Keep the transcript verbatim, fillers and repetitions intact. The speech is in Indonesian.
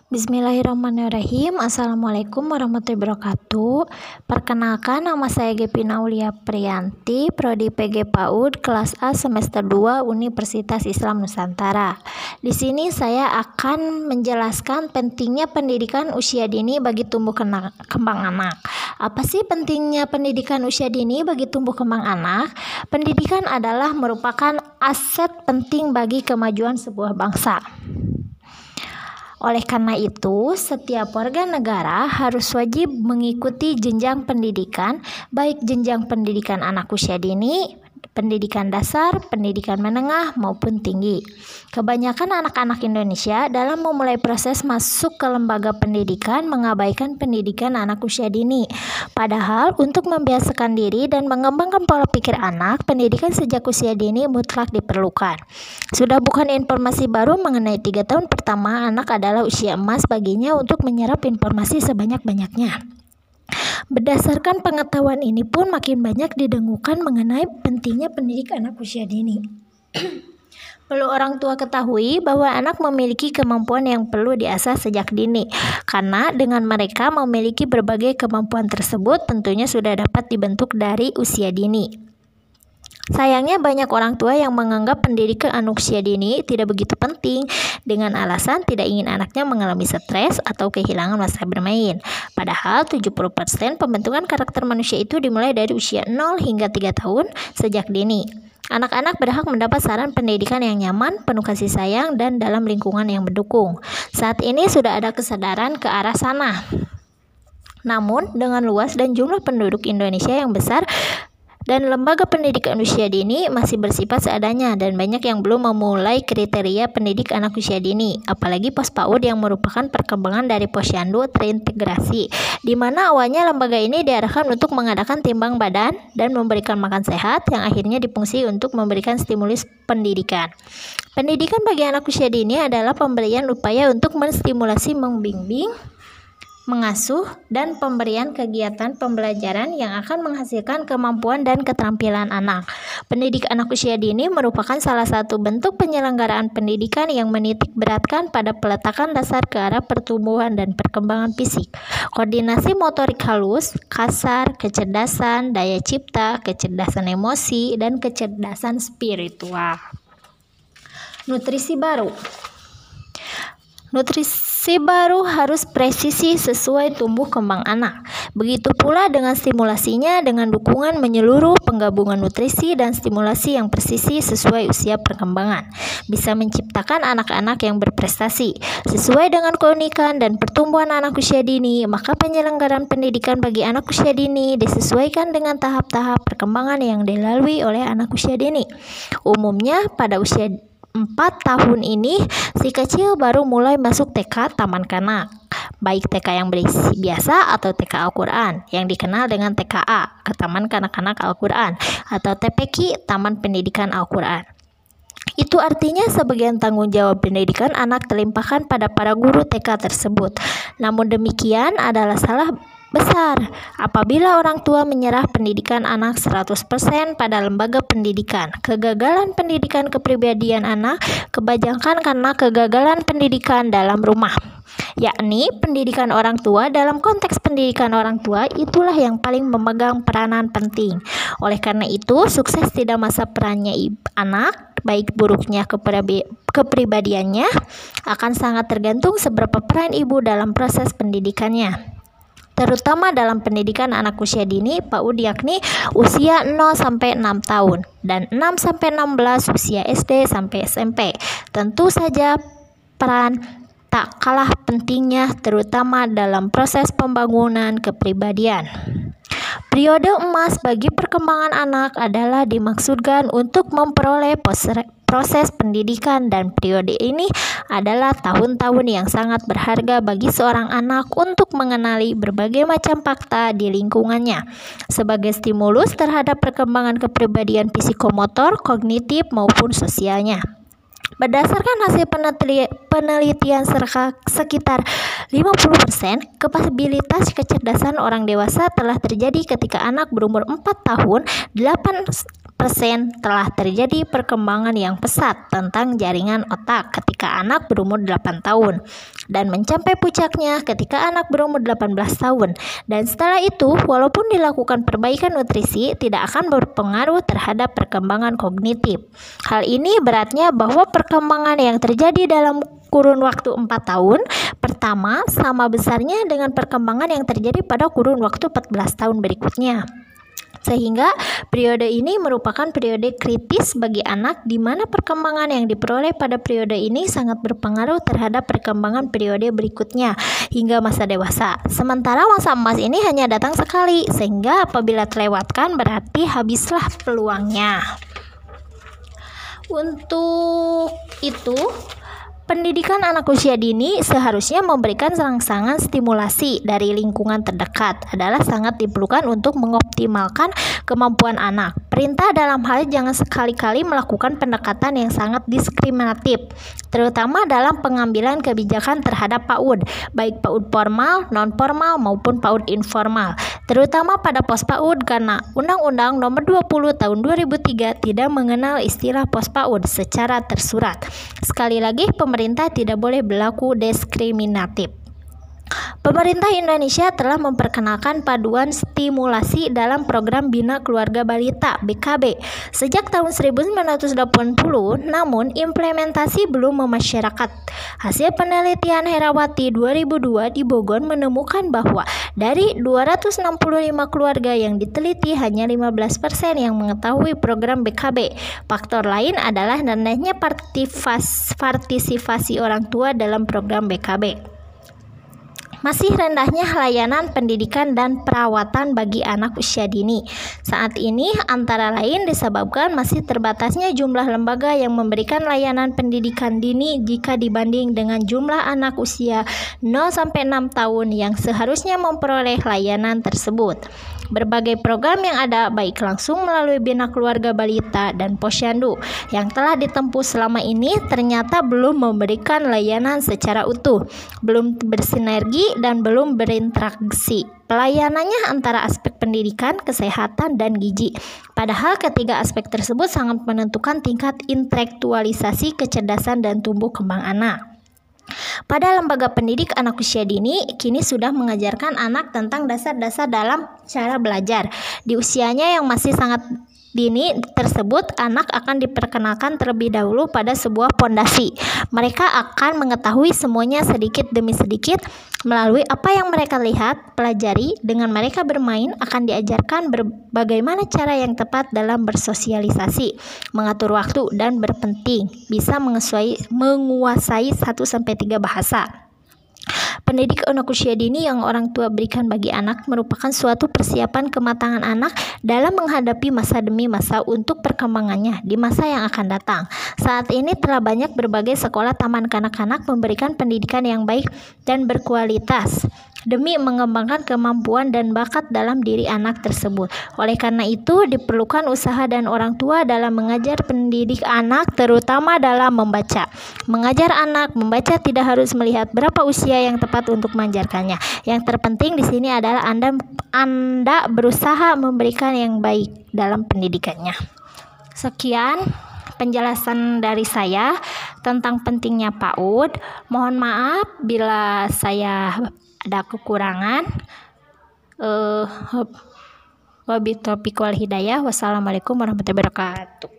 Bismillahirrahmanirrahim. Assalamualaikum warahmatullahi wabarakatuh. Perkenalkan, nama saya Gepina Aulia Priyanti, Prodi P G PAUD kelas A semester dua Universitas Islam Nusantara. Di sini saya akan menjelaskan pentingnya pendidikan usia dini bagi tumbuh kembang anak. Apa sih pentingnya pendidikan usia dini bagi tumbuh kembang anak? Pendidikan adalah merupakan aset penting bagi kemajuan sebuah bangsa. Oleh karena itu, setiap warga negara harus wajib mengikuti jenjang pendidikan, baik jenjang pendidikan anak usia dini, pendidikan dasar, pendidikan menengah, maupun tinggi. Kebanyakan anak-anak Indonesia dalam memulai proses masuk ke lembaga pendidikan mengabaikan pendidikan anak usia dini. Padahal untuk membiasakan diri dan mengembangkan pola pikir anak, pendidikan sejak usia dini mutlak diperlukan. Sudah bukan informasi baru mengenai tiga tahun pertama anak adalah usia emas baginya untuk menyerap informasi sebanyak-banyaknya. Berdasarkan pengetahuan ini pun makin banyak didengukan mengenai pentingnya pendidikan anak usia dini. Perlu orang tua ketahui bahwa anak memiliki kemampuan yang perlu diasah sejak dini, karena dengan mereka memiliki berbagai kemampuan tersebut tentunya sudah dapat dibentuk dari usia dini. Sayangnya banyak orang tua yang menganggap pendidikan anak usia dini tidak begitu penting dengan alasan tidak ingin anaknya mengalami stres atau kehilangan masa bermain. Padahal tujuh puluh persen pembentukan karakter manusia itu dimulai dari usia nol hingga tiga tahun sejak dini. Anak-anak berhak mendapat saran pendidikan yang nyaman, penuh kasih sayang, dan dalam lingkungan yang mendukung. Saat ini sudah ada kesadaran ke arah sana. Namun dengan luas dan jumlah penduduk Indonesia yang besar, dan lembaga pendidikan usia dini masih bersifat seadanya dan banyak yang belum memulai kriteria pendidik anak usia dini, apalagi pos PAUD yang merupakan perkembangan dari posyandu terintegrasi, di mana awalnya lembaga ini diarahkan untuk mengadakan timbang badan dan memberikan makan sehat yang akhirnya difungsi untuk memberikan stimulus pendidikan. Pendidikan bagi anak usia dini adalah pemberian upaya untuk menstimulasi, membimbing, mengasuh, dan pemberian kegiatan pembelajaran yang akan menghasilkan kemampuan dan keterampilan anak. Pendidik anak usia dini merupakan salah satu bentuk penyelenggaraan pendidikan yang menitik beratkan pada peletakan dasar ke arah pertumbuhan dan perkembangan fisik, koordinasi motorik halus, kasar, kecerdasan, daya cipta, kecerdasan emosi, dan kecerdasan spiritual. Nutrisi baru. Nutrisi baru harus presisi sesuai tumbuh kembang anak. Begitu pula dengan stimulasinya dengan dukungan menyeluruh penggabungan nutrisi dan stimulasi yang presisi sesuai usia perkembangan. Bisa menciptakan anak-anak yang berprestasi. Sesuai dengan keunikan dan pertumbuhan anak usia dini, maka penyelenggaraan pendidikan bagi anak usia dini disesuaikan dengan tahap-tahap perkembangan yang dilalui oleh anak usia dini. Umumnya pada usia empat tahun ini, si kecil baru mulai masuk T K Taman Kanak, baik T K yang berisi biasa atau T K Al-Quran, yang dikenal dengan T K A, ke Taman Kanak-Kanak Al-Quran, atau T P Q, Taman Pendidikan Al-Quran. Itu artinya sebagian tanggung jawab pendidikan anak terlimpahkan pada para guru T K tersebut. Namun demikian adalah salah besar apabila orang tua menyerah pendidikan anak seratus persen pada lembaga pendidikan. Kegagalan pendidikan kepribadian anak kebanyakan karena kegagalan pendidikan dalam rumah, yakni pendidikan orang tua. Dalam konteks pendidikan orang tua, itulah yang paling memegang peranan penting. Oleh karena itu, sukses tidak masa perannya anak, baik buruknya kepribadiannya, akan sangat tergantung seberapa peran ibu dalam proses pendidikannya, terutama dalam pendidikan anak usia dini PAUD, yakni usia nol sampai enam tahun dan enam sampai enam belas usia S D sampai S M P. Tentu saja peran tak kalah pentingnya terutama dalam proses pembangunan kepribadian. Periode emas bagi perkembangan anak adalah dimaksudkan untuk memperoleh proses pendidikan, dan periode ini adalah tahun-tahun yang sangat berharga bagi seorang anak untuk mengenali berbagai macam fakta di lingkungannya sebagai stimulus terhadap perkembangan kepribadian psikomotor, kognitif, maupun sosialnya. Berdasarkan hasil penelitian sekitar lima puluh persen kapabilitas kecerdasan orang dewasa telah terjadi ketika anak berumur empat tahun, delapan persen telah terjadi perkembangan yang pesat tentang jaringan otak ketika anak berumur delapan tahun, dan mencapai puncaknya ketika anak berumur delapan belas tahun. Dan setelah itu, walaupun dilakukan perbaikan nutrisi, tidak akan berpengaruh terhadap perkembangan kognitif. Hal ini beratnya bahwa perkembangan yang terjadi dalam kurun waktu empat tahun pertama sama besarnya dengan perkembangan yang terjadi pada kurun waktu empat belas tahun berikutnya. Sehingga periode ini merupakan periode kritis bagi anak, di mana perkembangan yang diperoleh pada periode ini sangat berpengaruh terhadap perkembangan periode berikutnya hingga masa dewasa. Sementara masa emas ini hanya datang sekali, sehingga apabila terlewatkan berarti habislah peluangnya. Untuk itu, pendidikan anak usia dini seharusnya memberikan rangsangan stimulasi dari lingkungan terdekat adalah sangat diperlukan untuk mengoptimalkan kemampuan anak. Perintah dalam hal jangan sekali-kali melakukan pendekatan yang sangat diskriminatif, terutama dalam pengambilan kebijakan terhadap PAUD, baik PAUD formal, non-formal maupun PAUD informal, terutama pada pos PAUD karena Undang-Undang Nomor dua puluh Tahun dua ribu tiga tidak mengenal istilah pos PAUD secara tersurat. Sekali lagi, pemerintah tidak boleh berlaku diskriminatif. Pemerintah Indonesia telah memperkenalkan paduan stimulasi dalam program Bina Keluarga Balita B K B sejak tahun seribu sembilan ratus delapan puluh, namun implementasi belum memasyarakat. Hasil penelitian Herawati dua ribu dua di Bogor menemukan bahwa dari dua ratus enam puluh lima keluarga yang diteliti hanya lima belas persen yang mengetahui program B K B. Faktor lain adalah rendahnya partisipasi orang tua dalam program B K B. Masih rendahnya layanan pendidikan dan perawatan bagi anak usia dini. Saat ini antara lain disebabkan masih terbatasnya jumlah lembaga yang memberikan layanan pendidikan dini jika dibanding dengan jumlah anak usia nol sampai enam tahun yang seharusnya memperoleh layanan tersebut. Berbagai program yang ada baik langsung melalui Bina Keluarga Balita dan Posyandu yang telah ditempuh selama ini ternyata belum memberikan layanan secara utuh, belum bersinergi dan belum berinteraksi pelayanannya antara aspek pendidikan, kesehatan, dan gizi. Padahal ketiga aspek tersebut sangat menentukan tingkat intelektualisasi, kecerdasan, dan tumbuh kembang anak. Pada lembaga pendidik anak usia dini, kini sudah mengajarkan anak tentang dasar-dasar dalam cara belajar. Di usianya yang masih sangat dini tersebut, anak akan diperkenalkan terlebih dahulu pada sebuah pondasi. Mereka akan mengetahui semuanya sedikit demi sedikit melalui apa yang mereka lihat, pelajari. Dengan mereka bermain akan diajarkan bagaimana cara yang tepat dalam bersosialisasi, mengatur waktu, dan berpenting bisa menguasai, menguasai satu sampai tiga bahasa. Pendidik anak usia dini yang orang tua berikan bagi anak merupakan suatu persiapan kematangan anak dalam menghadapi masa demi masa untuk perkembangannya di masa yang akan datang. Saat ini telah banyak berbagai sekolah taman kanak-kanak memberikan pendidikan yang baik dan berkualitas demi mengembangkan kemampuan dan bakat dalam diri anak tersebut. Oleh karena itu, diperlukan usaha dan orang tua dalam mengajar pendidik anak, terutama dalam membaca. Mengajar anak membaca tidak harus melihat berapa usia yang tepat untuk mengajarkannya. Yang terpenting di sini adalah Anda Anda berusaha memberikan yang baik dalam pendidikannya. Sekian penjelasan dari saya tentang pentingnya PAUD. Mohon maaf bila saya ada kekurangan. Uh, Wabillahi taufiq wal hidayah. Wassalamualaikum warahmatullahi wabarakatuh.